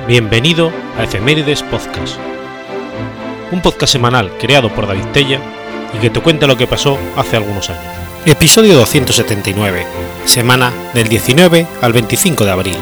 Bienvenido a Efemérides Podcast, un podcast semanal creado por David Tella y que te cuenta lo que pasó hace algunos años. Episodio 279, semana del 19 al 25 de abril.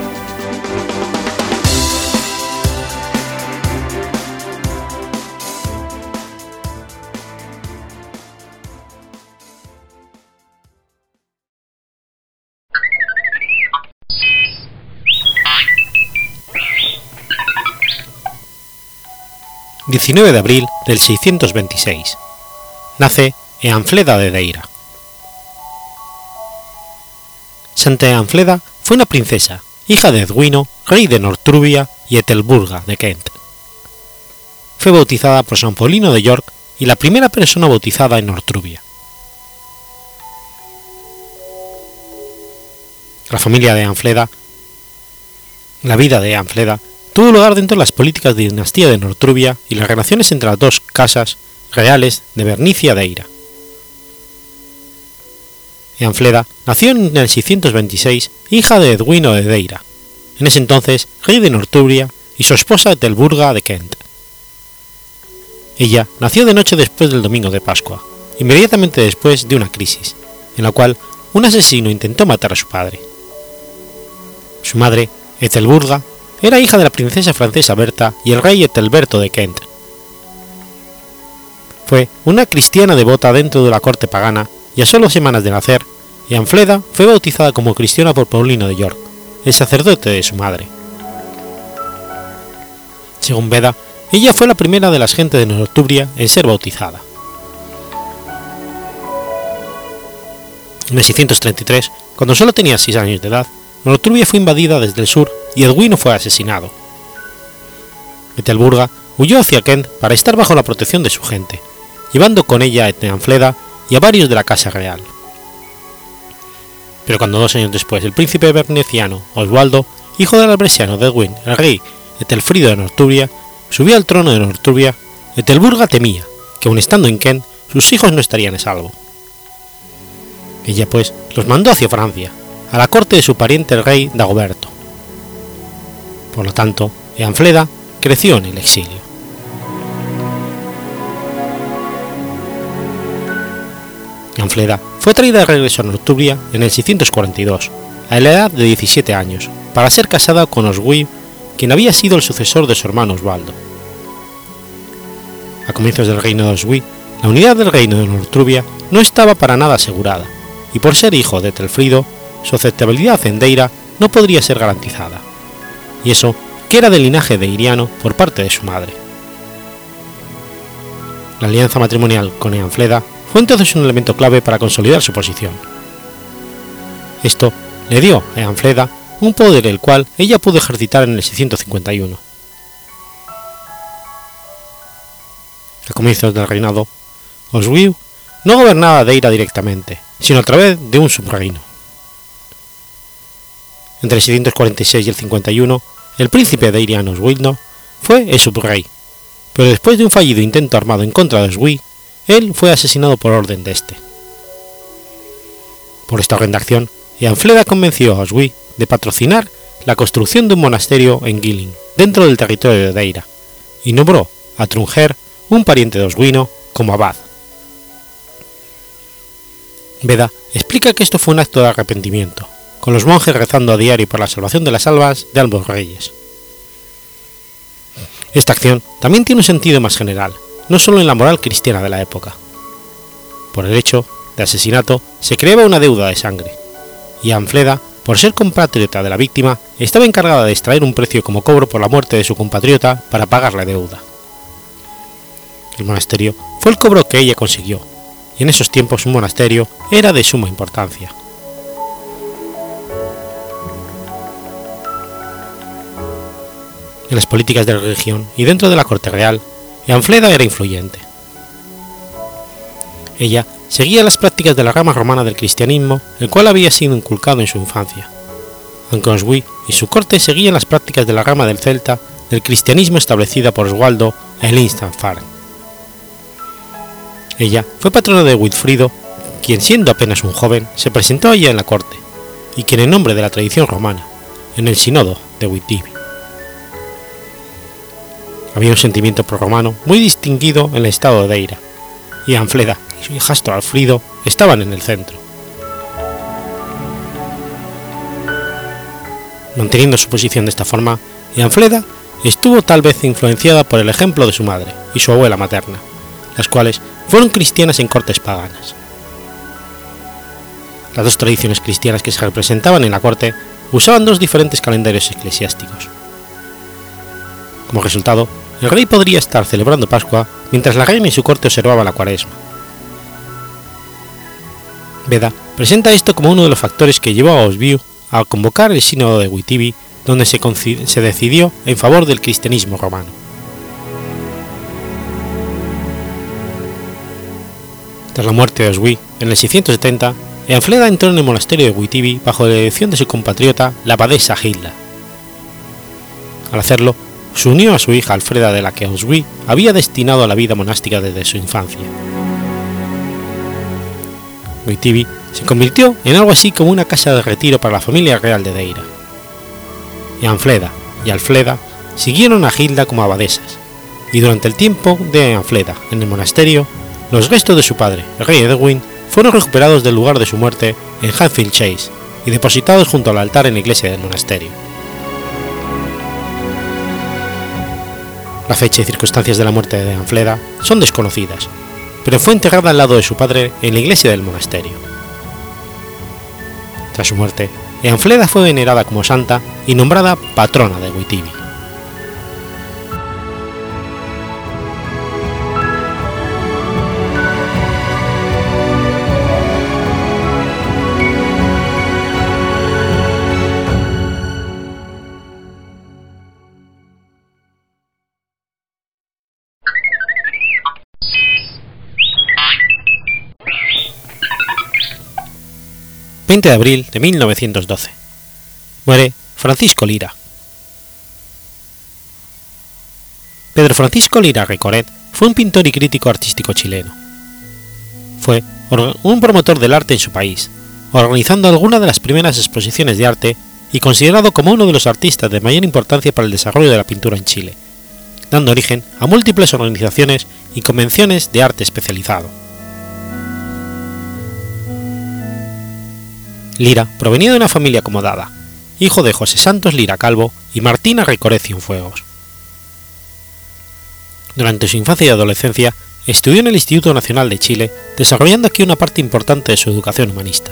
...19 de abril del 626... nace Eanfleda de Deira. Santa Eanfleda fue una princesa, hija de Edwino, rey de Northumbria y Ethelburga de Kent. Fue bautizada por San Paulino de York y la primera persona bautizada en Northumbria. La vida de Eanfleda tuvo lugar dentro de las políticas de dinastía de Northumbria y las relaciones entre las dos casas reales de Bernicia de Eira. Eanfleda nació en el 626, hija de Edwino de Deira, en ese entonces rey de Northumbria, y su esposa Ethelburga de Kent. Ella nació de noche después del domingo de Pascua, inmediatamente después de una crisis, en la cual un asesino intentó matar a su padre. Su madre, Ethelburga, era hija de la princesa francesa Berta y el rey Ethelberto de Kent. Fue una cristiana devota dentro de la corte pagana y a solo semanas de nacer, Eanfleda fue bautizada como cristiana por Paulino de York, el sacerdote de su madre. Según Beda, ella fue la primera de las gentes de Northumbria en ser bautizada. En el 633, cuando solo tenía 6 años de edad, Northumbria fue invadida desde el sur y Edwino fue asesinado. Ethelburga huyó hacia Kent para estar bajo la protección de su gente, llevando con ella a Eanfleda y a varios de la casa real. Pero cuando 2 años después el príncipe veneciano Oswaldo, hijo del albresiano de Edwin, el rey Ethelfrido de Northumbria, subió al trono de Northumbria, Ethelburga temía que, aun estando en Kent, sus hijos no estarían a salvo. Ella pues los mandó hacia Francia, a la corte de su pariente el rey Dagoberto. Por lo tanto, Eanfleda creció en el exilio. Eanfleda fue traída de regreso a Northumbria en el 642, a la edad de 17 años, para ser casada con Oswiu, quien había sido el sucesor de su hermano Oswaldo. A comienzos del reino de Oswiu, la unidad del reino de Northumbria no estaba para nada asegurada, y por ser hijo de Ethelfrido, su aceptabilidad en Deira no podría ser garantizada, y eso que era del linaje deiriano por parte de su madre. La alianza matrimonial con Eanfleda fue entonces un elemento clave para consolidar su posición. Esto le dio a Eanfleda un poder el cual ella pudo ejercitar en el 651. A comienzos del reinado, Oswiu no gobernaba Deira directamente, sino a través de un subreino. Entre el 646 y el 51, el príncipe deiriano Oswildo fue el subrey, pero después de un fallido intento armado en contra de Oswiu, él fue asesinado por orden de este. Por esta horrenda acción, Eanfleda convenció a Oswiu de patrocinar la construcción de un monasterio en Gilling, dentro del territorio de Deira, y nombró a Trunjer, un pariente de Oswino, como abad. Beda explica que esto fue un acto de arrepentimiento, con los monjes rezando a diario por la salvación de las almas de ambos reyes. Esta acción también tiene un sentido más general, no solo en la moral cristiana de la época. Por el hecho de asesinato se creaba una deuda de sangre, y Eanfleda, por ser compatriota de la víctima, estaba encargada de extraer un precio como cobro por la muerte de su compatriota para pagar la deuda. El monasterio fue el cobro que ella consiguió, y en esos tiempos un monasterio era de suma importancia. En las políticas de la religión y dentro de la corte real, Eanfleda era influyente. Ella seguía las prácticas de la rama romana del cristianismo, el cual había sido inculcado en su infancia, aunque Oswiu y su corte seguían las prácticas de la rama del celta del cristianismo establecida por Oswaldo en Lindisfarne. Ella fue patrona de Wilfrido, quien siendo apenas un joven se presentó allá en la corte, y quien en nombre de la tradición romana, en el sínodo de Wittibi, Había un sentimiento prorromano muy distinguido en el estado de Deira, y Anfleda y su hijastro Alfrido estaban en el centro. Manteniendo su posición de esta forma, Eanfleda estuvo tal vez influenciada por el ejemplo de su madre y su abuela materna, las cuales fueron cristianas en cortes paganas. Las dos tradiciones cristianas que se representaban en la corte usaban dos diferentes calendarios eclesiásticos. Como resultado, el rey podría estar celebrando Pascua mientras la reina y su corte observaban la Cuaresma. Beda presenta esto como uno de los factores que llevó a Oswiu a convocar el sínodo de Wittibi, donde se decidió en favor del cristianismo romano. Tras la muerte de Oswiu en el 670, Eanfleda entró en el monasterio de Wittibi bajo la dirección de su compatriota, la abadesa Hilda. Al hacerlo, se unió a su hija Alfreda, de la que Oswiu había destinado a la vida monástica desde su infancia. Wittibi se convirtió en algo así como una casa de retiro para la familia real de Deira. Eanfleda y Alfleda siguieron a Hilda como abadesas, y durante el tiempo de Eanfleda en el monasterio, los restos de su padre, el rey Edwin, fueron recuperados del lugar de su muerte en Hatfield Chase y depositados junto al altar en la iglesia del monasterio. La fecha y circunstancias de la muerte de Eanfleda son desconocidas, pero fue enterrada al lado de su padre en la iglesia del monasterio. Tras su muerte, Eanfleda fue venerada como santa y nombrada patrona de Wittibi. El 20 de abril de 1912. Muere Francisco Lira. Pedro Francisco Lira Recoret fue un pintor y crítico artístico chileno. Fue un promotor del arte en su país, organizando algunas de las primeras exposiciones de arte y considerado como uno de los artistas de mayor importancia para el desarrollo de la pintura en Chile, dando origen a múltiples organizaciones y convenciones de arte especializado. Lira provenía de una familia acomodada, hijo de José Santos Lira Calvo y Martina Recoret Cienfuegos. Durante su infancia y adolescencia estudió en el Instituto Nacional de Chile, desarrollando aquí una parte importante de su educación humanista.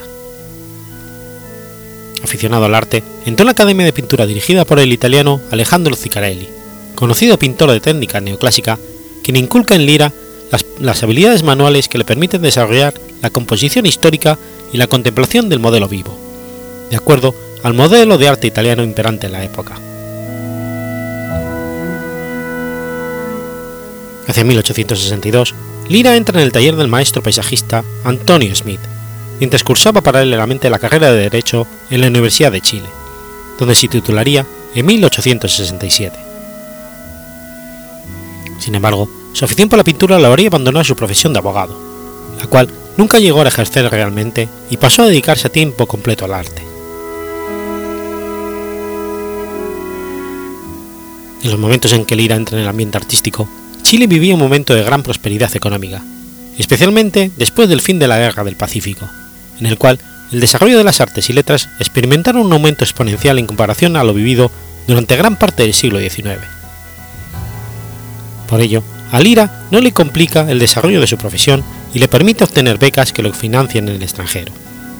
Aficionado al arte, entró en la Academia de Pintura dirigida por el italiano Alejandro Ziccarelli, conocido pintor de técnica neoclásica, quien inculca en Lira las habilidades manuales que le permiten desarrollar la composición histórica y la contemplación del modelo vivo, de acuerdo al modelo de arte italiano imperante en la época. Hacia 1862, Lira entra en el taller del maestro paisajista Antonio Smith, mientras cursaba paralelamente la carrera de Derecho en la Universidad de Chile, donde se titularía en 1867. Sin embargo, su afición por la pintura lo haría abandonar su profesión de abogado, la cual nunca llegó a ejercer realmente y pasó a dedicarse a tiempo completo al arte. En los momentos en que Lira entra en el ambiente artístico, Chile vivía un momento de gran prosperidad económica, especialmente después del fin de la Guerra del Pacífico, en el cual el desarrollo de las artes y letras experimentaron un aumento exponencial en comparación a lo vivido durante gran parte del siglo XIX. Por ello, a Lira no le complica el desarrollo de su profesión y le permite obtener becas que lo financien en el extranjero.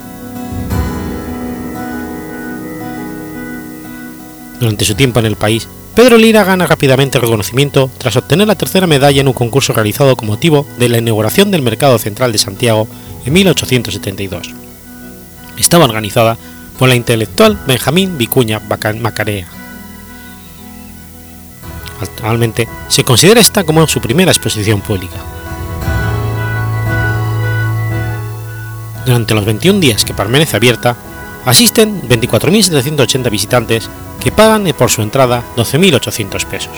Durante su tiempo en el país, Pedro Lira gana rápidamente reconocimiento tras obtener la tercera medalla en un concurso realizado con motivo de la inauguración del Mercado Central de Santiago en 1872. Estaba organizada por la intelectual Benjamín Vicuña Macarea. Actualmente se considera esta como su primera exposición pública. Durante los 21 días que permanece abierta, asisten 24.780 visitantes que pagan por su entrada 12.800 pesos.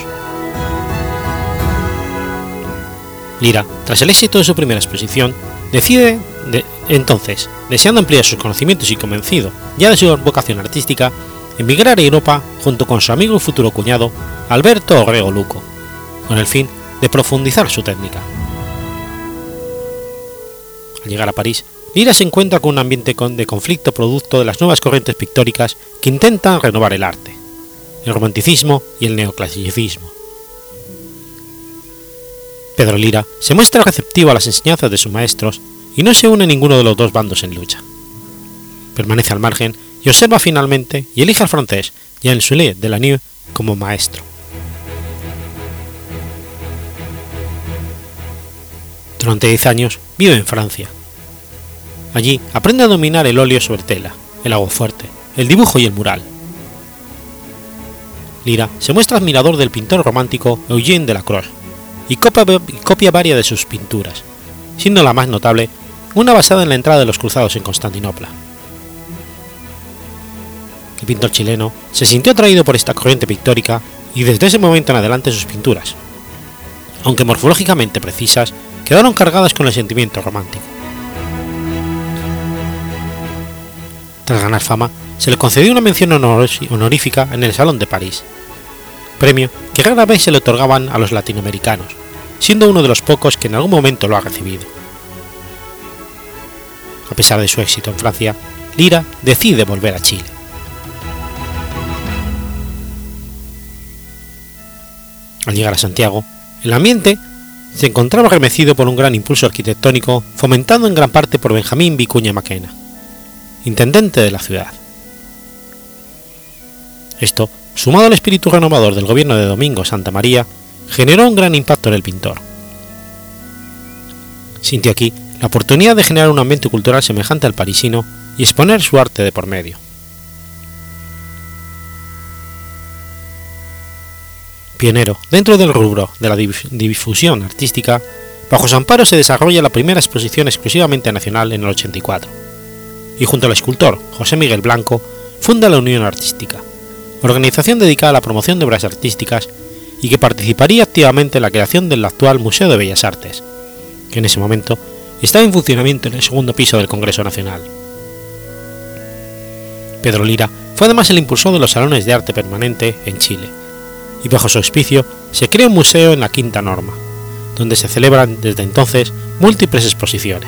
Lira, tras el éxito de su primera exposición, decide entonces, deseando ampliar sus conocimientos y convencido ya de su vocación artística, emigrar a Europa junto con su amigo y futuro cuñado Alberto Orrego Luco, con el fin de profundizar su técnica. Al llegar a París, Lira se encuentra con un ambiente de conflicto producto de las nuevas corrientes pictóricas que intentan renovar el arte, el romanticismo y el neoclasicismo. Pedro Lira se muestra receptivo a las enseñanzas de sus maestros y no se une a ninguno de los dos bandos en lucha. Permanece al margen y observa finalmente y elige al francés Jean Sully de Lanoux como maestro. Durante 10 años vive en Francia. Allí aprende a dominar el óleo sobre tela, el aguafuerte, el dibujo y el mural. Lira se muestra admirador del pintor romántico Eugène Delacroix y copia varias de sus pinturas, siendo la más notable una basada en la entrada de los cruzados en Constantinopla. El pintor chileno se sintió atraído por esta corriente pictórica y desde ese momento en adelante sus pinturas, aunque morfológicamente precisas, quedaron cargadas con el sentimiento romántico. Tras ganar fama, se le concedió una mención honorífica en el Salón de París, premio que rara vez se le otorgaban a los latinoamericanos, siendo uno de los pocos que en algún momento lo ha recibido. A pesar de su éxito en Francia, Lira decide volver a Chile. Al llegar a Santiago, el ambiente se encontraba remecido por un gran impulso arquitectónico fomentado en gran parte por Benjamín Vicuña Mackenna, intendente de la ciudad. Esto, sumado al espíritu renovador del gobierno de Domingo Santa María, generó un gran impacto en el pintor. Sintió aquí la oportunidad de generar un ambiente cultural semejante al parisino y exponer su arte de por medio. Pionero dentro del rubro de la difusión artística, bajo su amparo se desarrolla la primera exposición exclusivamente nacional en el 84, y junto al escultor José Miguel Blanco funda la Unión Artística, organización dedicada a la promoción de obras artísticas y que participaría activamente en la creación del actual Museo de Bellas Artes, que en ese momento estaba en funcionamiento en el segundo piso del Congreso Nacional. Pedro Lira fue además el impulsor de los salones de arte permanente en Chile, y bajo su auspicio se crea un museo en la Quinta Norma, donde se celebran desde entonces múltiples exposiciones.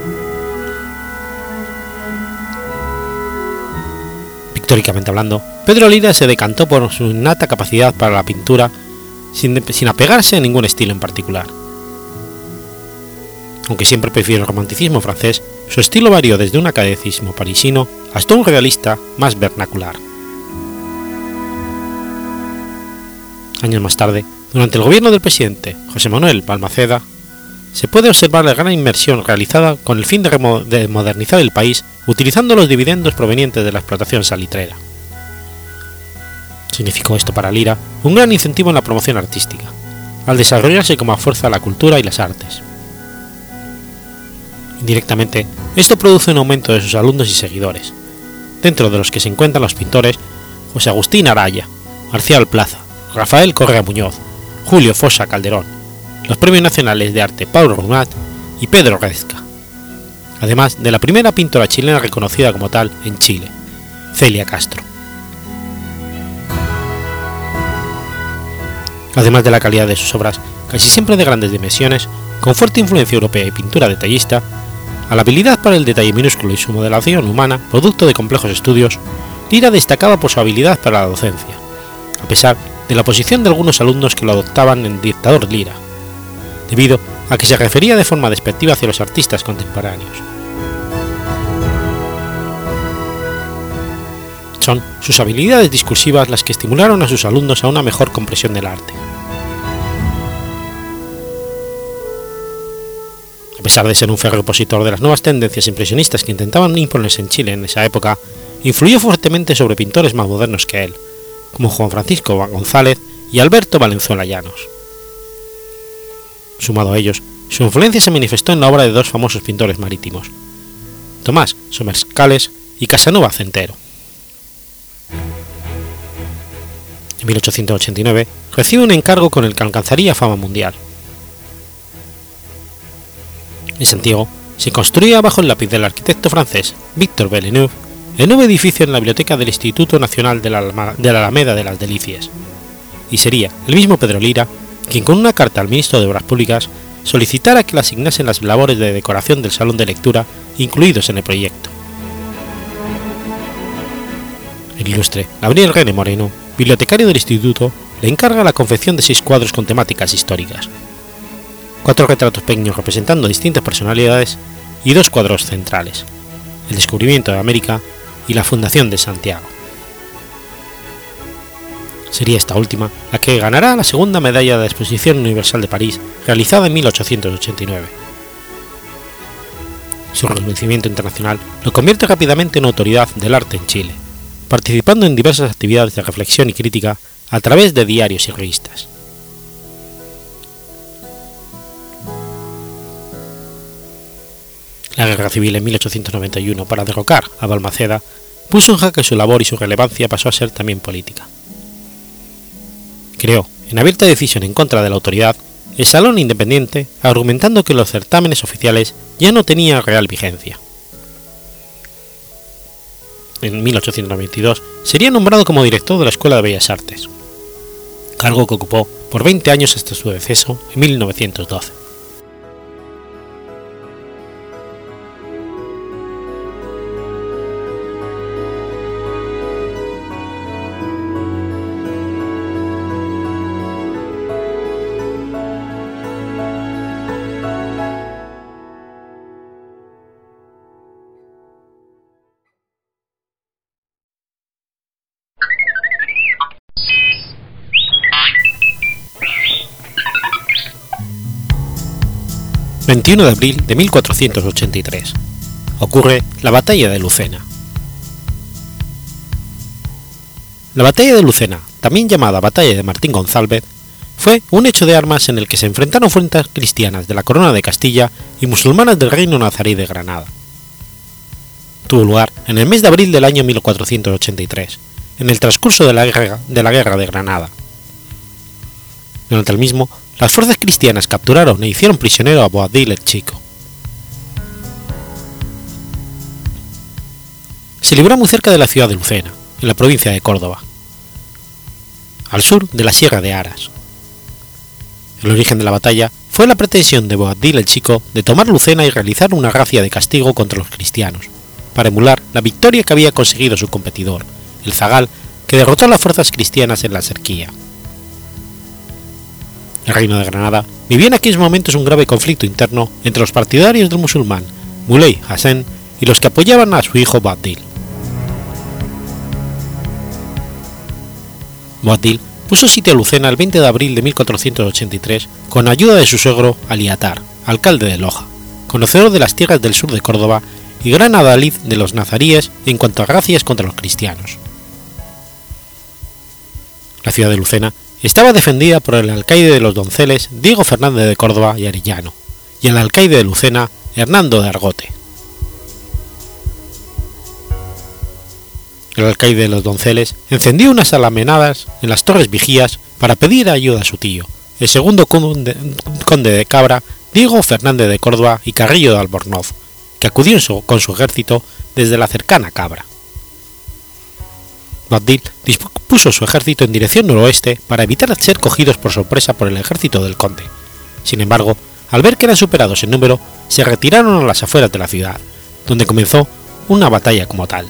Pictóricamente hablando, Pedro Lira se decantó por su innata capacidad para la pintura sin apegarse a ningún estilo en particular. Aunque siempre prefiere el romanticismo francés, su estilo varió desde un academicismo parisino hasta un realista más vernacular. Años más tarde, durante el gobierno del presidente José Manuel Balmaceda, se puede observar la gran inversión realizada con el fin de modernizar el país utilizando los dividendos provenientes de la explotación salitrera. Significó esto para Lira un gran incentivo en la promoción artística, al desarrollarse como fuerza la cultura y las artes. Indirectamente, esto produce un aumento de sus alumnos y seguidores, dentro de los que se encuentran los pintores José Agustín Araya, Marcial Plaza, Rafael Correa Muñoz, Julio Fossa Calderón, los Premios Nacionales de Arte Paulo Runat y Pedro Rezca, además de la primera pintora chilena reconocida como tal en Chile, Celia Castro. Además de la calidad de sus obras, casi siempre de grandes dimensiones, con fuerte influencia europea y pintura detallista, a la habilidad para el detalle minúsculo y su modelación humana, producto de complejos estudios, Lira destacaba por su habilidad para la docencia, a pesar de la oposición de algunos alumnos que lo adoptaban en dictador Lira, debido a que se refería de forma despectiva hacia los artistas contemporáneos. Son sus habilidades discursivas las que estimularon a sus alumnos a una mejor comprensión del arte. A pesar de ser un férreo opositor de las nuevas tendencias impresionistas que intentaban imponerse en Chile en esa época, influyó fuertemente sobre pintores más modernos que él, como Juan Francisco González y Alberto Valenzuela Llanos. Sumado a ellos, su influencia se manifestó en la obra de dos famosos pintores marítimos, Tomás Somerscales y Casanova Centero. En 1889 recibe un encargo con el que alcanzaría fama mundial. En Santiago se construía bajo el lápiz del arquitecto francés Victor Villeneuve el nuevo edificio en la biblioteca del Instituto Nacional de la Alameda de las Delicias, y sería el mismo Pedro Lira quien con una carta al ministro de Obras Públicas solicitara que le asignasen las labores de decoración del salón de lectura incluidos en el proyecto. El ilustre Gabriel René Moreno, bibliotecario del instituto, le encarga la confección de 6 cuadros con temáticas históricas, 4 retratos pequeños representando distintas personalidades y 2 cuadros centrales, el descubrimiento de América y la fundación de Santiago. Sería esta última la que ganará la segunda medalla de la Exposición Universal de París, realizada en 1889. Su reconocimiento internacional lo convierte rápidamente en autoridad del arte en Chile, participando en diversas actividades de reflexión y crítica a través de diarios y revistas. La Guerra Civil en 1891, para derrocar a Balmaceda, puso en jaque su labor y su relevancia pasó a ser también política. Creó, en abierta decisión en contra de la autoridad, el Salón Independiente, argumentando que los certámenes oficiales ya no tenían real vigencia. En 1892 sería nombrado como director de la Escuela de Bellas Artes, cargo que ocupó por 20 años hasta su deceso en 1912. El 21 de abril de 1483 ocurre la Batalla de Lucena. La Batalla de Lucena, también llamada Batalla de Martín González, fue un hecho de armas en el que se enfrentaron fuerzas cristianas de la Corona de Castilla y musulmanas del Reino Nazarí de Granada. Tuvo lugar en el mes de abril del año 1483, en el transcurso de la Guerra de Granada. Durante el mismo, las fuerzas cristianas capturaron e hicieron prisionero a Boabdil el Chico. Se libró muy cerca de la ciudad de Lucena, en la provincia de Córdoba, al sur de la Sierra de Aras. El origen de la batalla fue la pretensión de Boabdil el Chico de tomar Lucena y realizar una racia de castigo contra los cristianos, para emular la victoria que había conseguido su competidor, el zagal, que derrotó a las fuerzas cristianas en la Serquía. El Reino de Granada vivía en aquellos momentos un grave conflicto interno entre los partidarios del musulmán Muley Hassan y los que apoyaban a su hijo Boabdil. Boabdil puso sitio a Lucena el 20 de abril de 1483 con ayuda de su suegro Aliatar, alcalde de Loja, conocedor de las tierras del sur de Córdoba y gran adalid de los nazaríes en cuanto a racias contra los cristianos. La ciudad de Lucena estaba defendida por el alcaide de los Donceles Diego Fernández de Córdoba y Arellano y el alcaide de Lucena Hernando de Argote. El alcaide de los Donceles encendió unas almenadas en las torres vigías para pedir ayuda a su tío, el segundo conde de Cabra Diego Fernández de Córdoba y Carrillo de Albornoz, que acudió con su ejército desde la cercana Cabra. Boabdil dispuso su ejército en dirección noroeste para evitar ser cogidos por sorpresa por el ejército del conde. Sin embargo, al ver que eran superados en número, se retiraron a las afueras de la ciudad, donde comenzó una batalla como tal.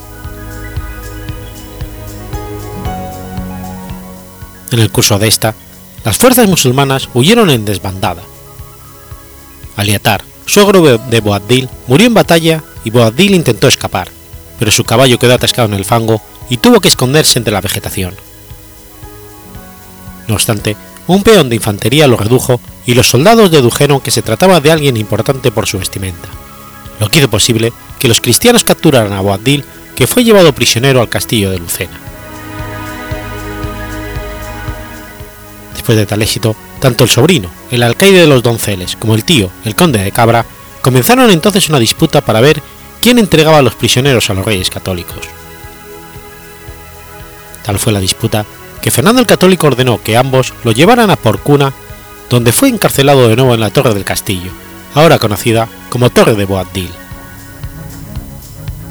En el curso de esta, las fuerzas musulmanas huyeron en desbandada. Aliatar, suegro de Boabdil, murió en batalla y Boabdil intentó escapar, pero su caballo quedó atascado en el fango y tuvo que esconderse entre la vegetación. No obstante, un peón de infantería lo redujo y los soldados dedujeron que se trataba de alguien importante por su vestimenta, lo que hizo posible que los cristianos capturaran a Boabdil, que fue llevado prisionero al castillo de Lucena. Después de tal éxito, tanto el sobrino, el alcaide de los Donceles, como el tío, el conde de Cabra, comenzaron entonces una disputa para ver quién entregaba a los prisioneros a los reyes católicos. Tal fue la disputa que Fernando el Católico ordenó que ambos lo llevaran a Porcuna, donde fue encarcelado de nuevo en la torre del castillo, ahora conocida como Torre de Boabdil.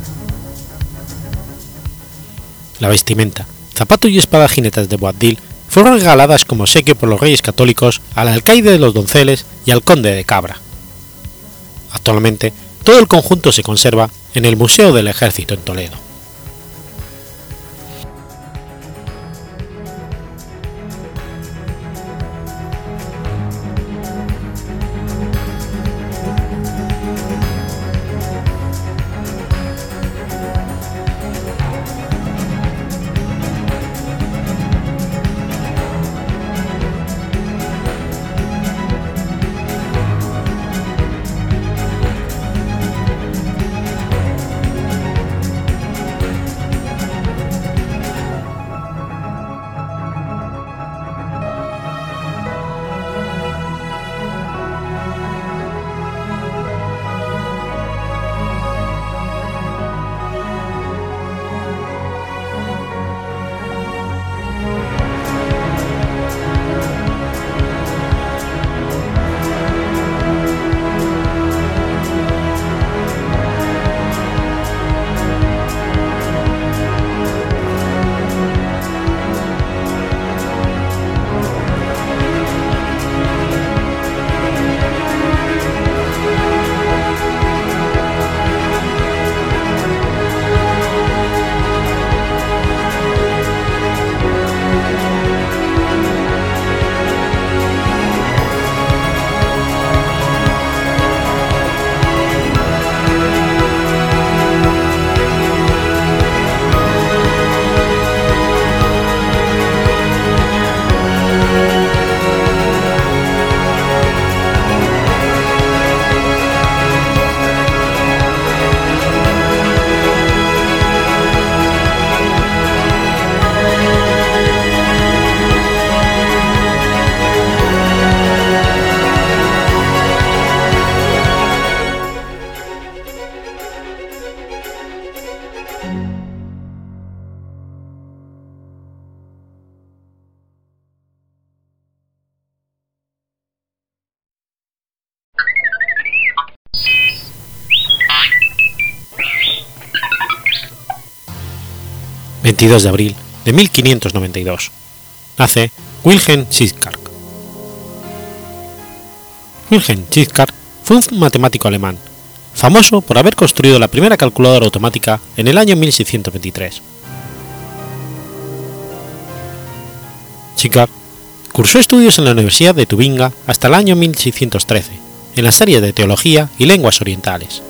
La vestimenta, zapatos y espada jinetas de Boabdil fueron regaladas como obsequio por los reyes católicos al alcaide de los Donceles y al conde de Cabra. Actualmente, todo el conjunto se conserva en el Museo del Ejército en Toledo. ...22 de abril de 1592... nace Wilhelm Schickard. Wilhelm Schickard fue un matemático alemán, famoso por haber construido la primera calculadora automática en el año 1623. Schickard cursó estudios en la Universidad de Tubinga hasta el año 1613, en las áreas de Teología y Lenguas Orientales.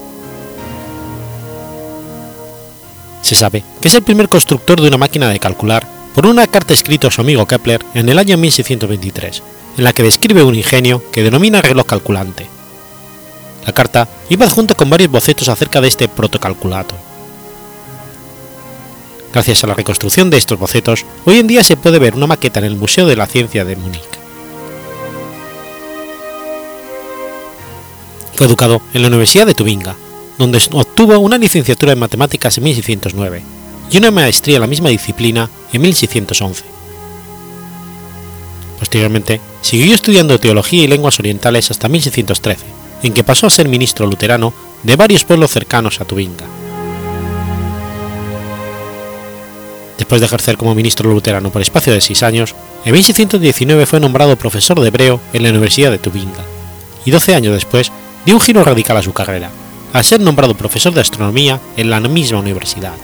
Se sabe que es el primer constructor de una máquina de calcular por una carta escrita a su amigo Kepler en el año 1623, en la que describe un ingenio que denomina reloj calculante. La carta iba adjunta con varios bocetos acerca de este protocalculator. Gracias a la reconstrucción de estos bocetos, hoy en día se puede ver una maqueta en el Museo de la Ciencia de Múnich. Fue educado en la Universidad de Tubinga, donde obtuvo una licenciatura en matemáticas en 1609 y una maestría en la misma disciplina en 1611. Posteriormente, siguió estudiando teología y lenguas orientales hasta 1613, en que pasó a ser ministro luterano de varios pueblos cercanos a Tubinga. Después de ejercer como ministro luterano por espacio de 6 años, en 1619 fue nombrado profesor de hebreo en la Universidad de Tubinga, y 12 años después dio un giro radical a su carrera, al ser nombrado profesor de astronomía en la misma universidad.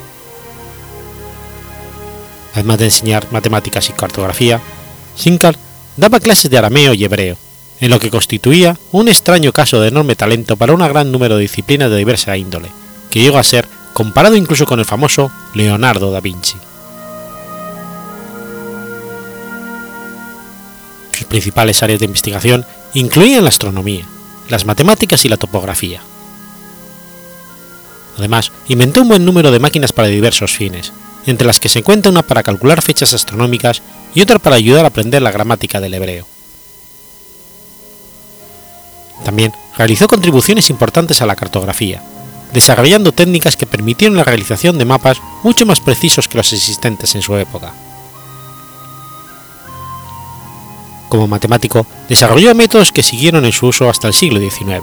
Además de enseñar matemáticas y cartografía, Schickard daba clases de arameo y hebreo, en lo que constituía un extraño caso de enorme talento para un gran número de disciplinas de diversa índole, que llegó a ser comparado incluso con el famoso Leonardo da Vinci. Sus principales áreas de investigación incluían la astronomía, las matemáticas y la topografía. Además, inventó un buen número de máquinas para diversos fines, entre las que se encuentra una para calcular fechas astronómicas y otra para ayudar a aprender la gramática del hebreo. También realizó contribuciones importantes a la cartografía, desarrollando técnicas que permitieron la realización de mapas mucho más precisos que los existentes en su época. Como matemático, desarrolló métodos que siguieron en su uso hasta el siglo XIX.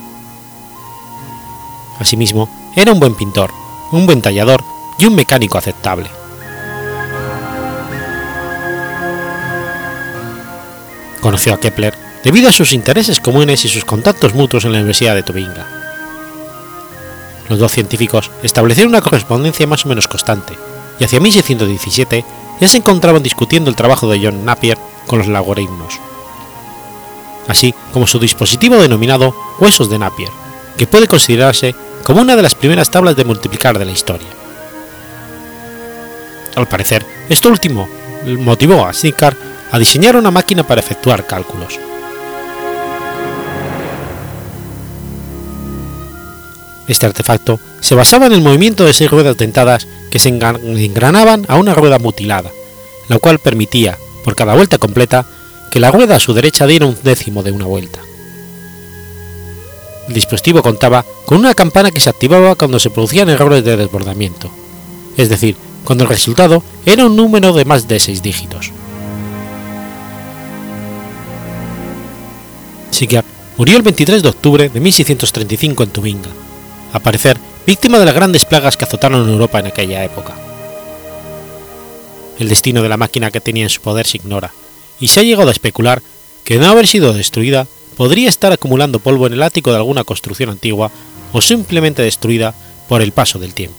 Asimismo, era un buen pintor, un buen tallador y un mecánico aceptable. Conoció a Kepler debido a sus intereses comunes y sus contactos mutuos en la Universidad de Tubinga. Los dos científicos establecieron una correspondencia más o menos constante, y hacia 1617 ya se encontraban discutiendo el trabajo de John Napier con los logaritmos, así como su dispositivo denominado huesos de Napier, que puede considerarse como una de las primeras tablas de multiplicar de la historia. Al parecer, esto último motivó a Snicker a diseñar una máquina para efectuar cálculos. Este artefacto se basaba en el movimiento de 6 ruedas dentadas que se engranaban a una rueda mutilada, la cual permitía, por cada vuelta completa, que la rueda a su derecha diera un décimo de una vuelta. El dispositivo contaba con una campana que se activaba cuando se producían errores de desbordamiento, es decir, cuando el resultado era un número de más de 6 dígitos. Sickert murió el 23 de octubre de 1635 en Tubinga, al parecer víctima de las grandes plagas que azotaron en Europa en aquella época. El destino de la máquina que tenía en su poder se ignora, y se ha llegado a especular que de no haber sido destruida podría estar acumulando polvo en el ático de alguna construcción antigua o simplemente destruida por el paso del tiempo.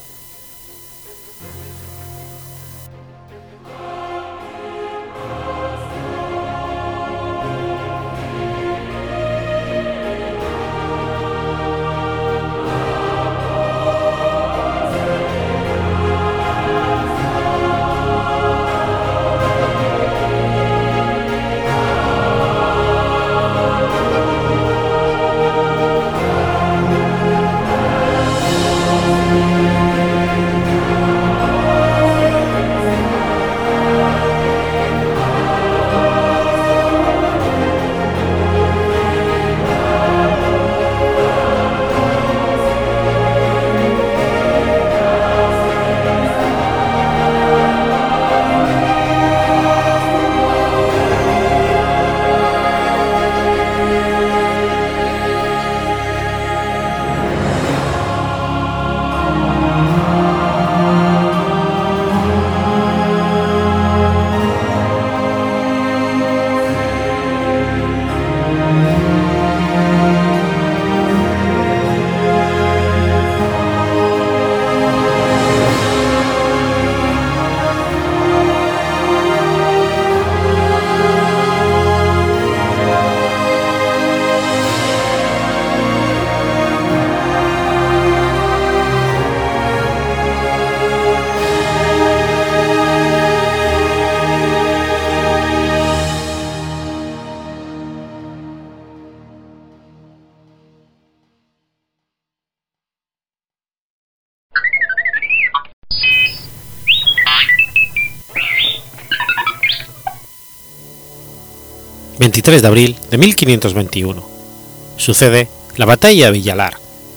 ...23 de abril de 1521... sucede la batalla de Villalar.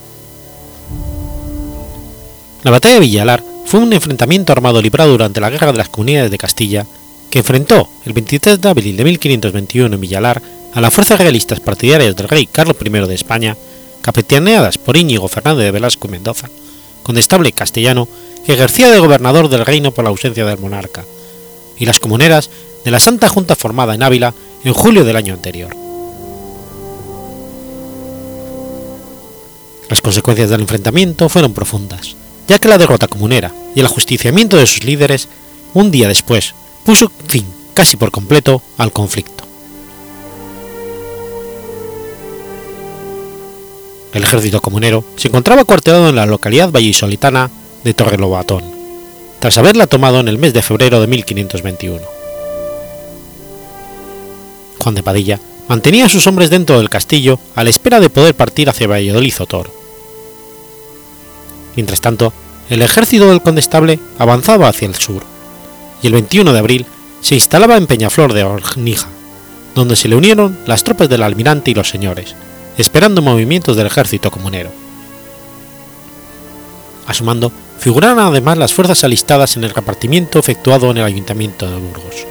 La batalla de Villalar fue un enfrentamiento armado librado durante la Guerra de las Comunidades de Castilla, que enfrentó el 23 de abril de 1521 en Villalar a las fuerzas realistas partidarias del rey Carlos I de España, capitaneadas por Íñigo Fernández de Velasco y Mendoza, condestable castellano que ejercía de gobernador del reino por la ausencia del monarca, y las comuneras de la Santa Junta formada en Ávila en julio del año anterior. Las consecuencias del enfrentamiento fueron profundas, ya que la derrota comunera y el ajusticiamiento de sus líderes, un día después, puso fin, casi por completo, al conflicto. El ejército comunero se encontraba cuartelado en la localidad vallisoletana de Torrelobatón, tras haberla tomado en el mes de febrero de 1521. Juan de Padilla mantenía a sus hombres dentro del castillo a la espera de poder partir hacia Valladolid o Toro. Mientras tanto, el ejército del condestable avanzaba hacia el sur, y el 21 de abril se instalaba en Peñaflor de Ornija, donde se le unieron las tropas del almirante y los señores, esperando movimientos del ejército comunero. A su mando figuraron además las fuerzas alistadas en el repartimiento efectuado en el ayuntamiento de Burgos.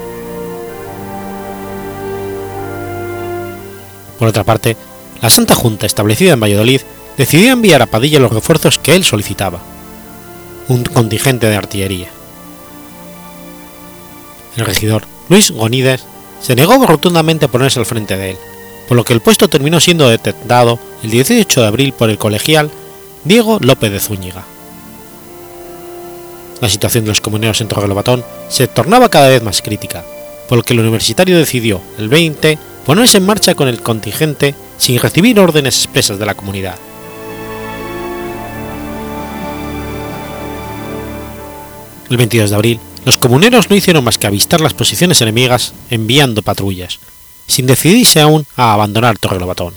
Por otra parte, la Santa Junta establecida en Valladolid decidió enviar a Padilla los refuerzos que él solicitaba, un contingente de artillería. El regidor Luis Gonídez se negó rotundamente a ponerse al frente de él, por lo que el puesto terminó siendo detentado el 18 de abril por el colegial Diego López de Zúñiga. La situación de los comuneros en Torrelobatón se tornaba cada vez más crítica, por lo que el universitario decidió, el 20, ponerse en marcha con el contingente sin recibir órdenes expresas de la comunidad. El 22 de abril, los comuneros no hicieron más que avistar las posiciones enemigas enviando patrullas, sin decidirse aún a abandonar Torrelobatón.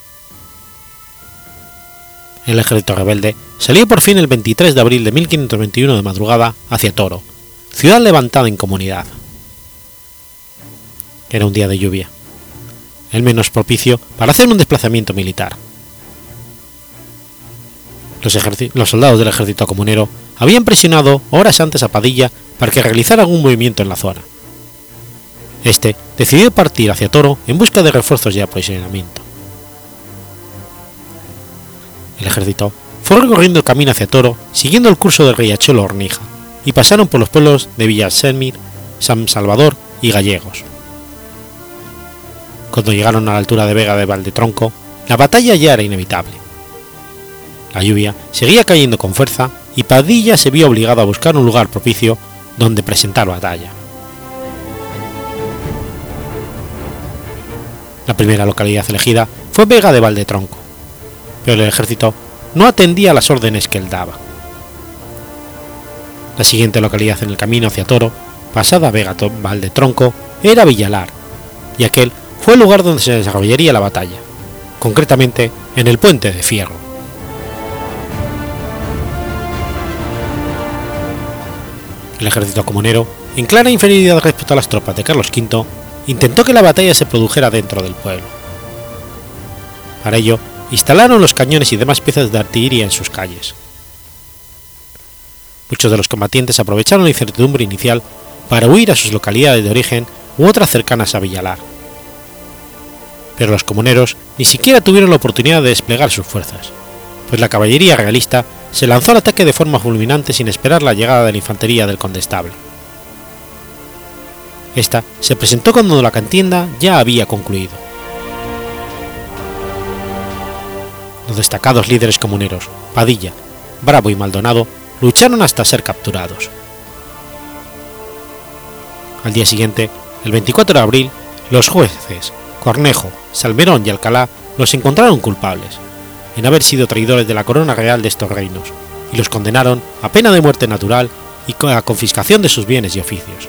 El ejército rebelde salió por fin el 23 de abril de 1521 de madrugada hacia Toro, ciudad levantada en comunidad. Era un día de lluvia, el menos propicio para hacer un desplazamiento militar. Los soldados del ejército comunero habían presionado horas antes a Padilla para que realizara algún movimiento en la zona. Este decidió partir hacia Toro en busca de refuerzos y aprovisionamiento. El ejército fue recorriendo el camino hacia Toro siguiendo el curso del riachuelo Hornija y pasaron por los pueblos de Villasemir, San Salvador y Gallegos. Cuando llegaron a la altura de Vega de Valdetronco, la batalla ya era inevitable. La lluvia seguía cayendo con fuerza y Padilla se vio obligado a buscar un lugar propicio donde presentar batalla. La primera localidad elegida fue Vega de Valdetronco, pero el ejército no atendía a las órdenes que él daba. La siguiente localidad en el camino hacia Toro, pasada Vega Valdetronco, era Villalar, y aquel fue el lugar donde se desarrollaría la batalla, concretamente en el Puente de Fierro. El ejército comunero, en clara inferioridad respecto a las tropas de Carlos V, intentó que la batalla se produjera dentro del pueblo. Para ello, instalaron los cañones y demás piezas de artillería en sus calles. Muchos de los combatientes aprovecharon la incertidumbre inicial para huir a sus localidades de origen u otras cercanas a Villalar. Pero los comuneros ni siquiera tuvieron la oportunidad de desplegar sus fuerzas, pues la caballería realista se lanzó al ataque de forma fulminante sin esperar la llegada de la infantería del condestable. Esta se presentó cuando la contienda ya había concluido. Los destacados líderes comuneros, Padilla, Bravo y Maldonado, lucharon hasta ser capturados. Al día siguiente, el 24 de abril, los jueces Cornejo, Salmerón y Alcalá los encontraron culpables en haber sido traidores de la corona real de estos reinos y los condenaron a pena de muerte natural y a confiscación de sus bienes y oficios.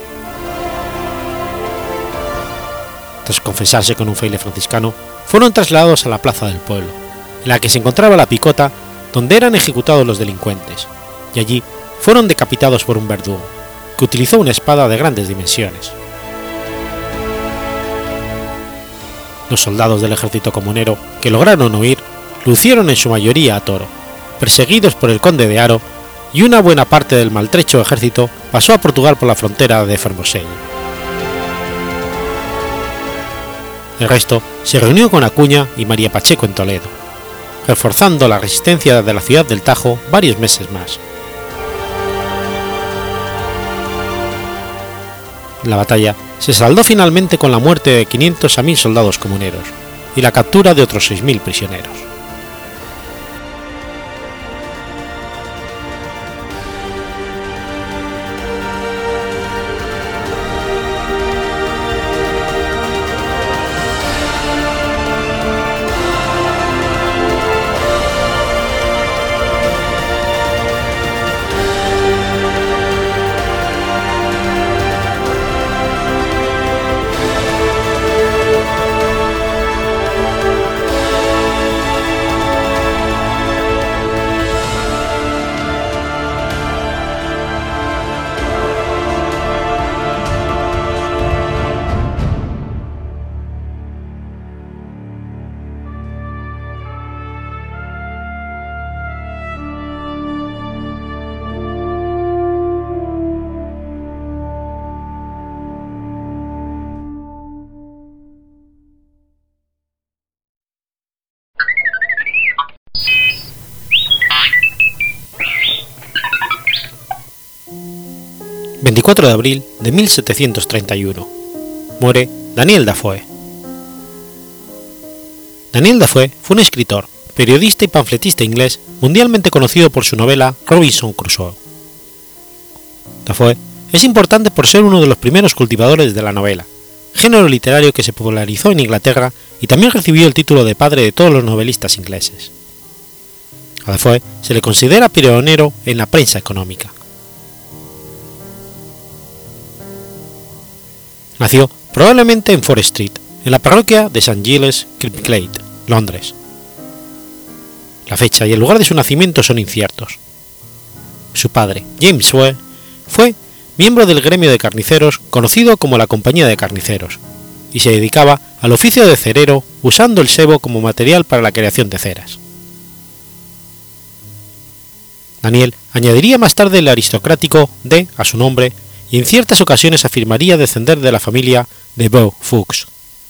Tras confesarse con un fraile franciscano, fueron trasladados a la plaza del pueblo, en la que se encontraba la picota donde eran ejecutados los delincuentes, y allí fueron decapitados por un verdugo, que utilizó una espada de grandes dimensiones. Los soldados del ejército comunero que lograron huir lucieron en su mayoría a Toro, perseguidos por el conde de Haro, y una buena parte del maltrecho ejército pasó a Portugal por la frontera de Fermoselle. El resto se reunió con Acuña y María Pacheco en Toledo, reforzando la resistencia de la ciudad del Tajo varios meses más. La batalla se saldó finalmente con la muerte de 500 a 1000 soldados comuneros y la captura de otros 6000 prisioneros. ...24 de abril de 1731... muere Daniel Defoe. Daniel Defoe fue un escritor, periodista y panfletista inglés mundialmente conocido por su novela Robinson Crusoe. Defoe es importante por ser uno de los primeros cultivadores de la novela, género literario que se popularizó en Inglaterra y también recibió el título de padre de todos los novelistas ingleses. A Defoe se le considera pionero en la prensa económica. Nació probablemente en Forest Street, en la parroquia de St. Giles Kirkcaldy, Londres. La fecha y el lugar de su nacimiento son inciertos. Su padre, James Defoe, fue miembro del gremio de carniceros conocido como la Compañía de Carniceros, y se dedicaba al oficio de cerero usando el sebo como material para la creación de ceras. Daniel añadiría más tarde el aristocrático D a su nombre y en ciertas ocasiones afirmaría descender de la familia de Beau-Fux.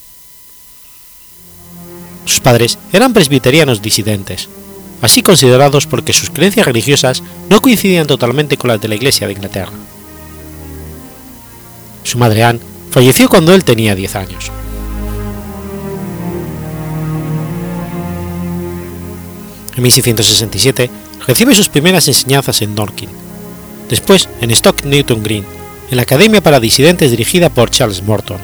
Sus padres eran presbiterianos disidentes, así considerados porque sus creencias religiosas no coincidían totalmente con las de la Iglesia de Inglaterra. Su madre Anne falleció cuando él tenía 10 años. En 1667 recibe sus primeras enseñanzas en Dorking, después en Stoke Newton Green, en la Academia para Disidentes dirigida por Charles Morton.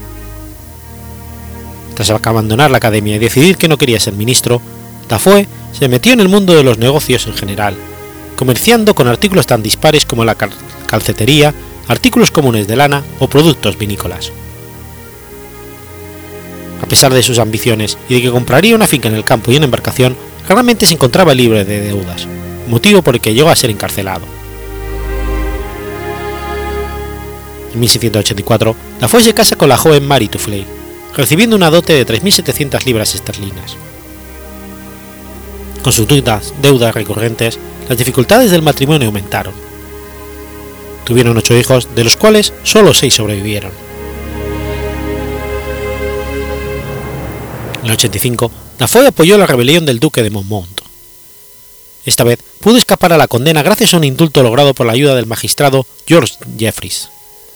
Tras abandonar la academia y decidir que no quería ser ministro, Defoe se metió en el mundo de los negocios en general, comerciando con artículos tan dispares como la calcetería, artículos comunes de lana o productos vinícolas. A pesar de sus ambiciones y de que compraría una finca en el campo y una embarcación, raramente se encontraba libre de deudas, motivo por el que llegó a ser encarcelado. En 1684, Defoe se casa con la joven Mary Tuffley, recibiendo una dote de 3.700 libras esterlinas. Con sus deudas recurrentes, las dificultades del matrimonio aumentaron. Tuvieron 8 hijos, de los cuales solo 6 sobrevivieron. En el 85, Defoe apoyó la rebelión del duque de Monmouth. Esta vez pudo escapar a la condena gracias a un indulto logrado por la ayuda del magistrado George Jeffreys.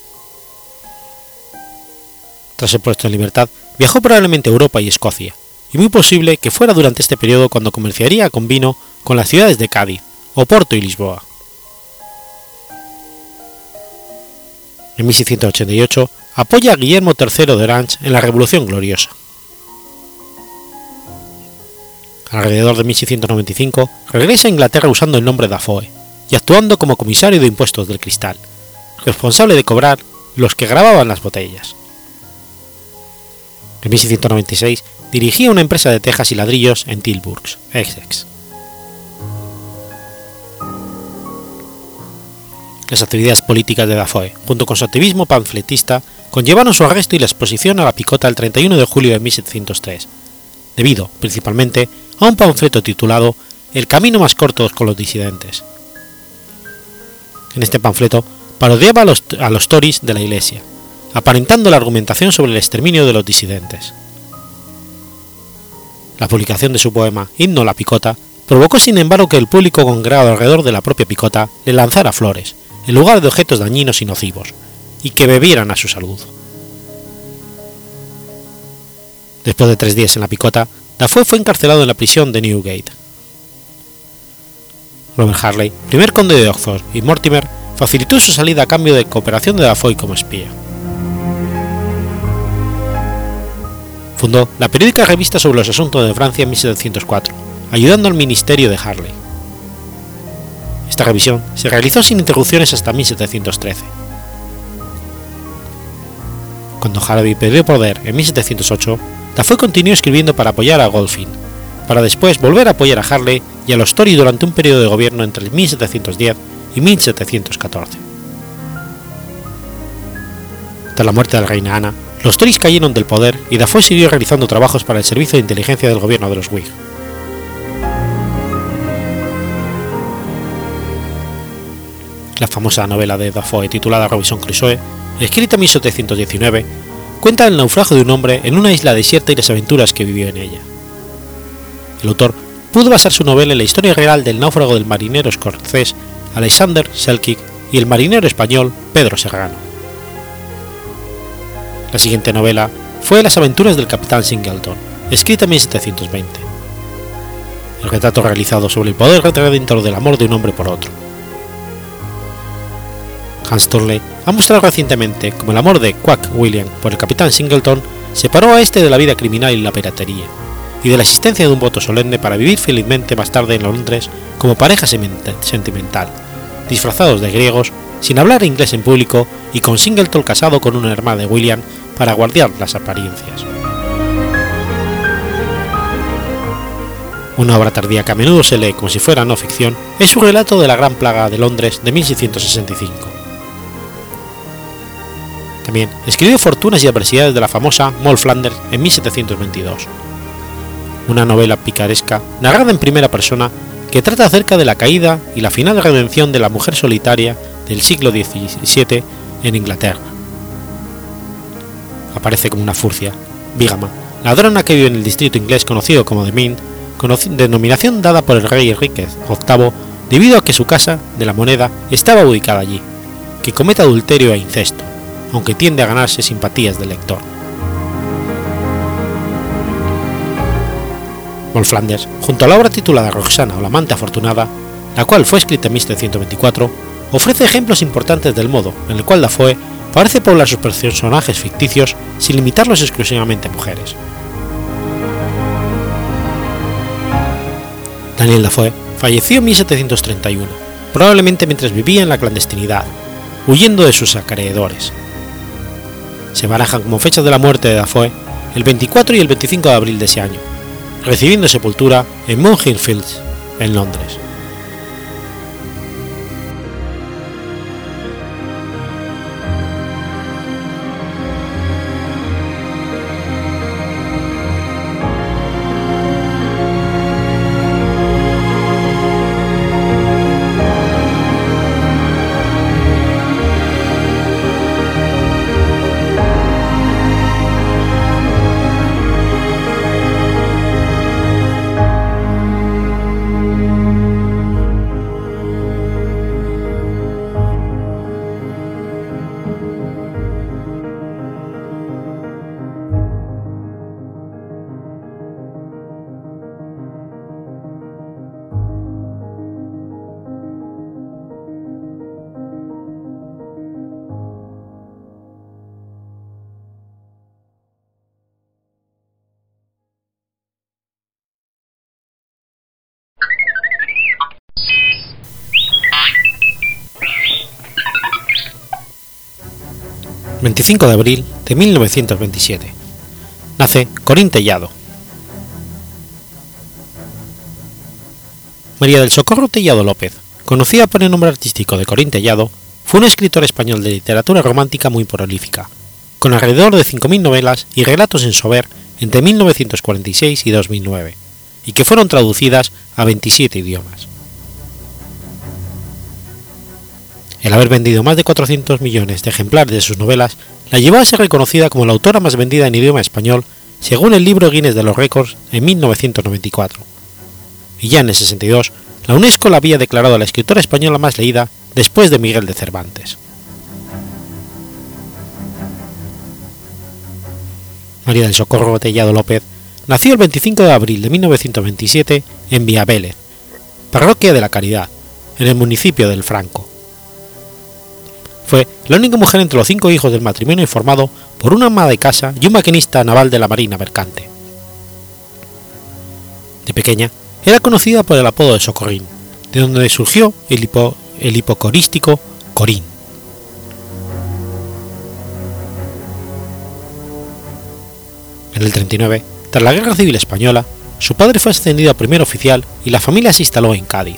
Tras ser puesto en libertad, viajó probablemente a Europa y Escocia, y muy posible que fuera durante este periodo cuando comerciaría con vino con las ciudades de Cádiz, Oporto y Lisboa. En 1688 apoya a Guillermo III de Orange en la Revolución Gloriosa. Alrededor de 1695 regresa a Inglaterra usando el nombre Defoe y actuando como comisario de impuestos del cristal, responsable de cobrar los que grababan las botellas. En 1696 dirigía una empresa de tejas y ladrillos en Tilburg, Essex. Las actividades políticas de Defoe, junto con su activismo panfletista, conllevaron su arresto y la exposición a la picota el 31 de julio de 1703, debido, principalmente, a un panfleto titulado El camino más corto con los disidentes. En este panfleto parodiaba a los Tories de la Iglesia, aparentando la argumentación sobre el exterminio de los disidentes. La publicación de su poema Himno a la picota provocó sin embargo que el público congregado alrededor de la propia picota le lanzara flores, en lugar de objetos dañinos y nocivos, y que bebieran a su salud. Después de 3 días en la picota, Defoe fue encarcelado en la prisión de Newgate. Robert Harley, primer conde de Oxford, y Mortimer facilitó su salida a cambio de cooperación de Defoe como espía. Fundó la periódica revista sobre los asuntos de Francia en 1704, ayudando al ministerio de Harley. Esta revisión se realizó sin interrupciones hasta 1713. Cuando Harley perdió poder en 1708, Defoe continuó escribiendo para apoyar a Godolphin, para después volver a apoyar a Harley y a los Tories durante un periodo de gobierno entre 1710 y 1714. Tras la muerte de la reina Ana, los Tories cayeron del poder y Defoe siguió realizando trabajos para el servicio de inteligencia del gobierno de los Whig. La famosa novela de Defoe titulada Robinson Crusoe, escrita en 1719, cuenta el naufragio de un hombre en una isla desierta y las aventuras que vivió en ella. El autor pudo basar su novela en la historia real del náufrago del marinero escocés Alexander Selkirk y el marinero español Pedro Serrano. La siguiente novela fue Las aventuras del capitán Singleton, escrita en 1720. El retrato realizado sobre el poder redentor del amor de un hombre por otro. Hans Thorley ha mostrado recientemente cómo el amor de Quack William por el capitán Singleton separó a este de la vida criminal y la piratería, y de la existencia de un voto solemne para vivir felizmente más tarde en Londres como pareja sentimental, disfrazados de griegos, sin hablar inglés en público y con Singleton casado con una hermana de William para guardar las apariencias. Una obra tardía que a menudo se lee como si fuera no ficción es su relato de la Gran Plaga de Londres de 1665. También escribió Fortunas y adversidades de la famosa Moll Flanders en 1722, una novela picaresca narrada en primera persona que trata acerca de la caída y la final redención de la mujer solitaria del siglo XVII en Inglaterra. Aparece como una furcia, bígama, ladrona que vive en el distrito inglés conocido como The Mint, denominación dada por el rey Enrique VIII debido a que su casa de la moneda estaba ubicada allí, que comete adulterio e incesto, aunque tiende a ganarse simpatías del lector. Moll Flanders, junto a la obra titulada Roxana o la amante afortunada, la cual fue escrita en 1724, ofrece ejemplos importantes del modo en el cual Dafoe parece poblar sus personajes ficticios sin limitarlos exclusivamente a mujeres. Daniel Dafoe falleció en 1731, probablemente mientras vivía en la clandestinidad, huyendo de sus acreedores. Se barajan como fechas de la muerte de Dafoe el 24 y el 25 de abril de ese año, recibiendo sepultura en Mount Hill Fields, en Londres. El 25 de abril de 1927 nace Corín Tellado. María del Socorro Tellado López, conocida por el nombre artístico de Corín Tellado, fue una escritora española de literatura romántica muy prolífica, con alrededor de 5.000 novelas y relatos en Sober entre 1946 y 2009, y que fueron traducidas a 27 idiomas. El haber vendido más de 400 millones de ejemplares de sus novelas la llevó a ser reconocida como la autora más vendida en idioma español según el libro Guinness de los Récords en 1994, y ya en el 62 la UNESCO la había declarado la escritora española más leída después de Miguel de Cervantes. María del Socorro Tellado López nació el 25 de abril de 1927 en Villavélez, parroquia de la Caridad, en el municipio del Franco. Fue la única mujer entre los 5 hijos del matrimonio formado por una ama de casa y un maquinista naval de la Marina Mercante. De pequeña, era conocida por el apodo de Socorrín, de donde surgió el hipocorístico Corín. En el 39, tras la Guerra Civil Española, su padre fue ascendido a primer oficial y la familia se instaló en Cádiz.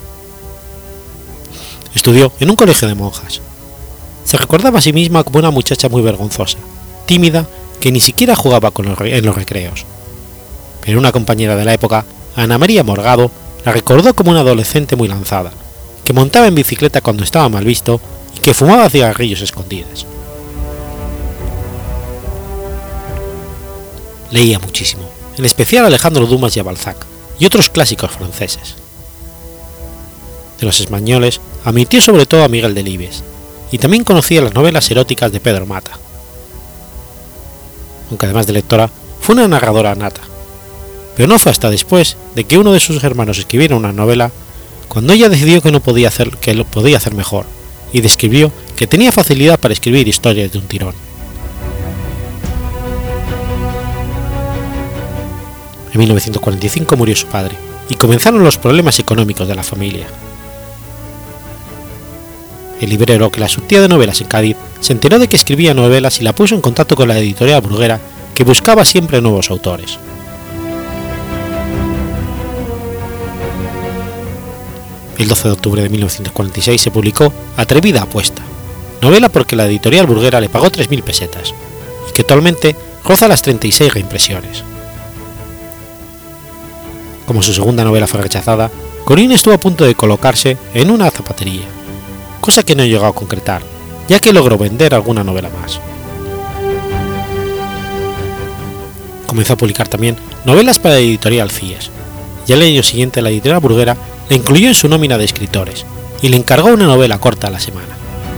Estudió en un colegio de monjas. Se recordaba a sí misma como una muchacha muy vergonzosa, tímida, que ni siquiera jugaba en los recreos. Pero una compañera de la época, Ana María Morgado, la recordó como una adolescente muy lanzada, que montaba en bicicleta cuando estaba mal visto y que fumaba cigarrillos escondidas. Leía muchísimo, en especial a Alejandro Dumas y a Balzac, y otros clásicos franceses. De los españoles, admitió sobre todo a Miguel Delibes, y también conocía las novelas eróticas de Pedro Mata. aunque además de lectora, fue una narradora nata. Pero no fue hasta después de que uno de sus hermanos escribiera una novela cuando ella decidió que lo podía hacer mejor, y describió que tenía facilidad para escribir historias de un tirón. En 1945 murió su padre, y comenzaron los problemas económicos de la familia. El librero que la surtía de novelas en Cádiz se enteró de que escribía novelas y la puso en contacto con la editorial Bruguera, que buscaba siempre nuevos autores. El 12 de octubre de 1946 se publicó Atrevida apuesta, novela porque la editorial Bruguera le pagó 3.000 pesetas, y que actualmente roza las 36 reimpresiones. Como su segunda novela fue rechazada, Corín estuvo a punto de colocarse en una zapatería, cosa que no llegó a concretar, ya que logró vender alguna novela más. Comenzó a publicar también novelas para la editorial Cíes, y al año siguiente la editorial Bruguera la incluyó en su nómina de escritores, y le encargó una novela corta a la semana.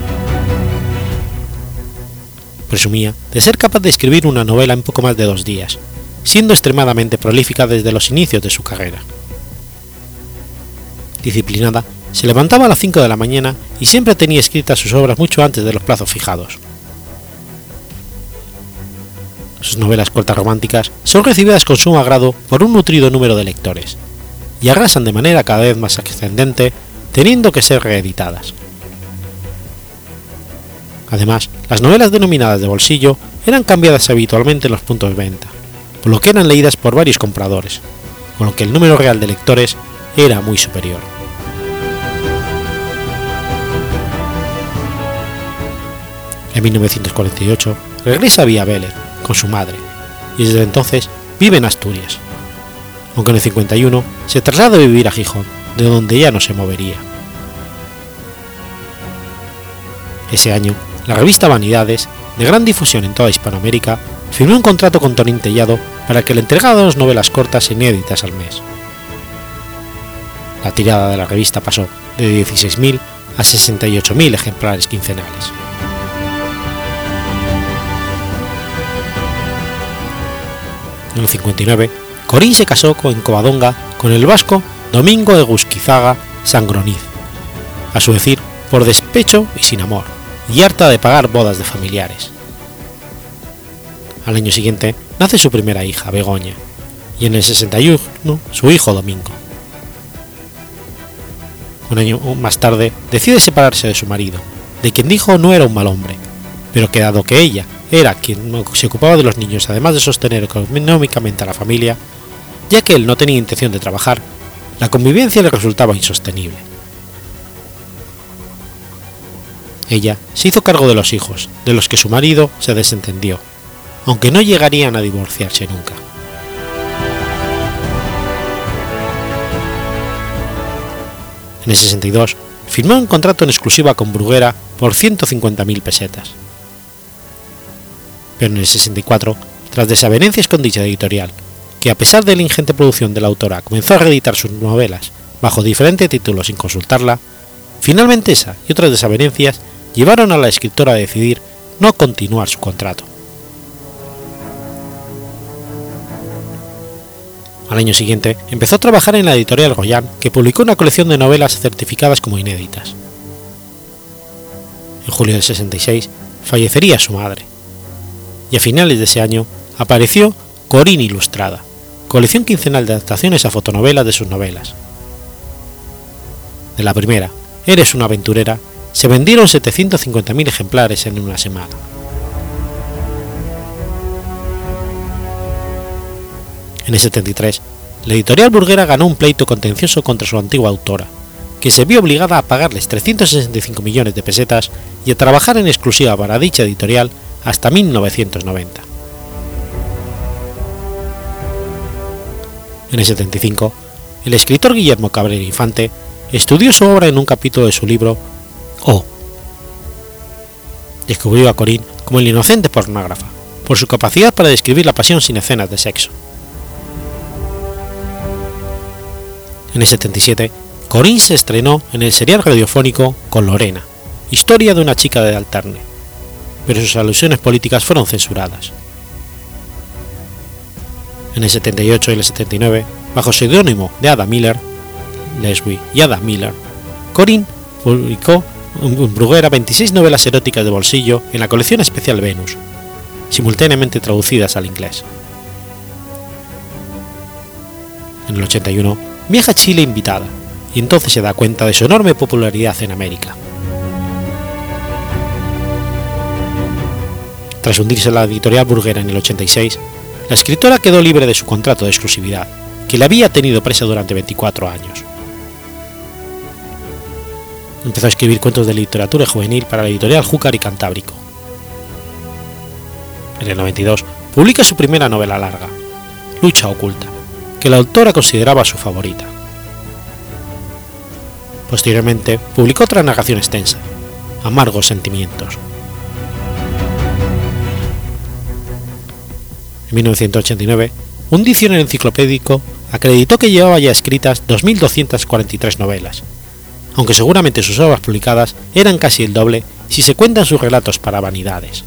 Presumía de ser capaz de escribir una novela en poco más de 2 días, siendo extremadamente prolífica desde los inicios de su carrera. Disciplinada, se levantaba a las 5 de la mañana y siempre tenía escritas sus obras mucho antes de los plazos fijados. Sus novelas cortas románticas son recibidas con sumo agrado por un nutrido número de lectores, y arrasan de manera cada vez más ascendente, teniendo que ser reeditadas. Además, las novelas denominadas de bolsillo eran cambiadas habitualmente en los puntos de venta, por lo que eran leídas por varios compradores, con lo que el número real de lectores era muy superior. En 1948 regresa a Villa Vélez con su madre, y desde entonces vive en Asturias, aunque en el 51 se traslada a vivir a Gijón, de donde ya no se movería. Ese año, la revista Vanidades, de gran difusión en toda Hispanoamérica, firmó un contrato con Torín Tellado para que le entregara 2 novelas cortas inéditas al mes. La tirada de la revista pasó de 16.000 a 68.000 ejemplares quincenales. En el 59, Corín se casó en Covadonga con el vasco Domingo Egusquizaga Sangroniz, a su decir por despecho y sin amor, y harta de pagar bodas de familiares. Al año siguiente nace su primera hija, Begoña, y en el 61 su hijo Domingo. Un año más tarde decide separarse de su marido, de quien dijo no era un mal hombre, pero que dado que ella era quien se ocupaba de los niños además de sostener económicamente a la familia, ya que él no tenía intención de trabajar, la convivencia le resultaba insostenible. Ella se hizo cargo de los hijos, de los que su marido se desentendió, aunque no llegarían a divorciarse nunca. En el 62 firmó un contrato en exclusiva con Bruguera por 150.000 pesetas. Pero en el 64, tras desavenencias con dicha editorial, que a pesar de la ingente producción de la autora comenzó a reeditar sus novelas bajo diferentes títulos sin consultarla, finalmente esa y otras desavenencias llevaron a la escritora a decidir no continuar su contrato. Al año siguiente empezó a trabajar en la editorial Goyán, que publicó una colección de novelas certificadas como inéditas. En julio del 66 fallecería su madre, y a finales de ese año apareció Corín Ilustrada, colección quincenal de adaptaciones a fotonovelas de sus novelas. De la primera, Eres una aventurera, se vendieron 750.000 ejemplares en una semana. En el 73, la editorial Bruguera ganó un pleito contencioso contra su antigua autora, que se vio obligada a pagarles 365 millones de pesetas y a trabajar en exclusiva para dicha editorial hasta 1990. En el 75, el escritor Guillermo Cabrera Infante estudió su obra en un capítulo de su libro O. Descubrió a Corín como el inocente pornógrafa, por su capacidad para describir la pasión sin escenas de sexo. En el 77, Corín se estrenó en el serial radiofónico Con Lorena, historia de una chica de Alterne, pero sus alusiones políticas fueron censuradas. En el 78 y el 79, bajo seudónimo de Ada Miller, Leslie y Ada Miller, Corinne publicó en Bruguera 26 novelas eróticas de bolsillo en la colección especial Venus, simultáneamente traducidas al inglés. En el 81 viaja a Chile invitada, y entonces se da cuenta de su enorme popularidad en América. Tras hundirse en la editorial Bruguera en el 86, la escritora quedó libre de su contrato de exclusividad, que la había tenido presa durante 24 años. Empezó a escribir cuentos de literatura juvenil para la editorial Júcar y Cantábrico. En el 92 publica su primera novela larga, Lucha oculta, que la autora consideraba su favorita. Posteriormente publicó otra narración extensa, Amargos sentimientos. En 1989, un diccionario enciclopédico acreditó que llevaba ya escritas 2.243 novelas, aunque seguramente sus obras publicadas eran casi el doble si se cuentan sus relatos para vanidades.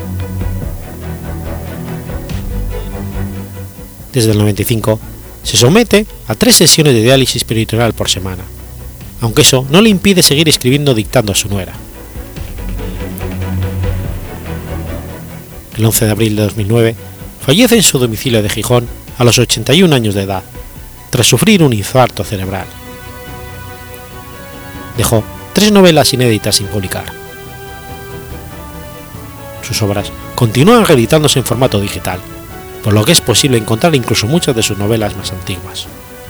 Desde el 95, se somete a 3 sesiones de diálisis peritoneal por semana, aunque eso no le impide seguir escribiendo dictando a su nuera. El 11 de abril de 2009, fallece en su domicilio de Gijón a los 81 años de edad, tras sufrir un infarto cerebral. Dejó 3 novelas inéditas sin publicar. Sus obras continúan reeditándose en formato digital, por lo que es posible encontrar incluso muchas de sus novelas más antiguas.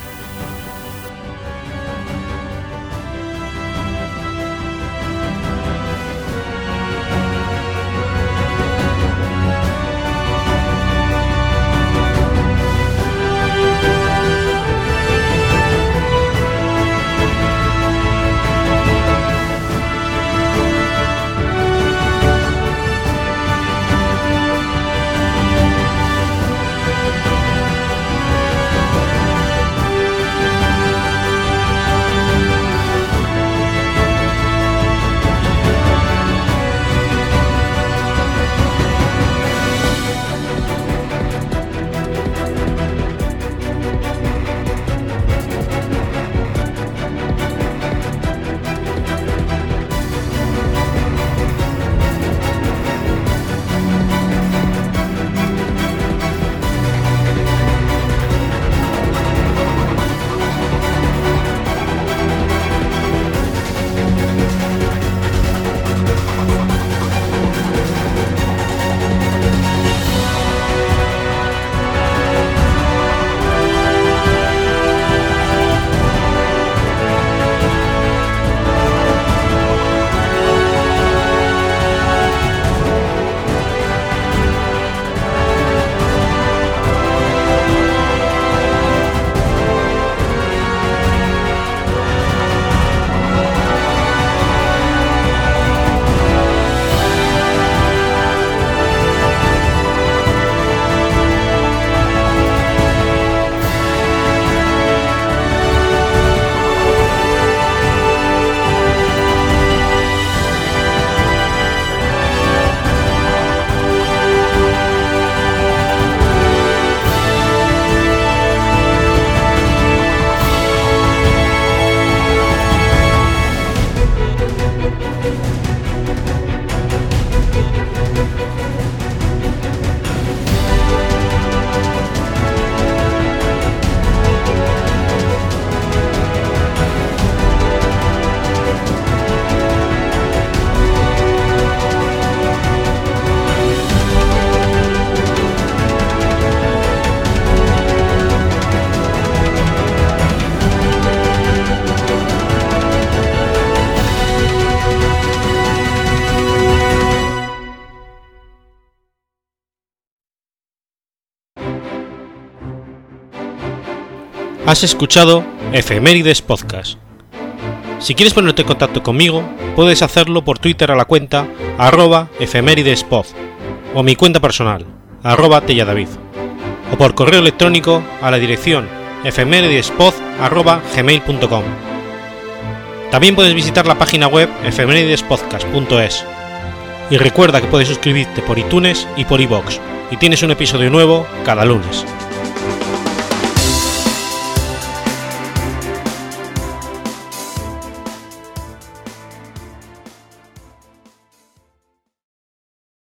Has escuchado Efemérides Podcast. Si quieres ponerte en contacto conmigo, puedes hacerlo por Twitter a la cuenta @efemeridespod o a mi cuenta personal @telladavid, o por correo electrónico a la dirección efemeridespod@gmail.com. También puedes visitar la página web efemeridespodcast.es. Y recuerda que puedes suscribirte por iTunes y por iVoox, y tienes un episodio nuevo cada lunes.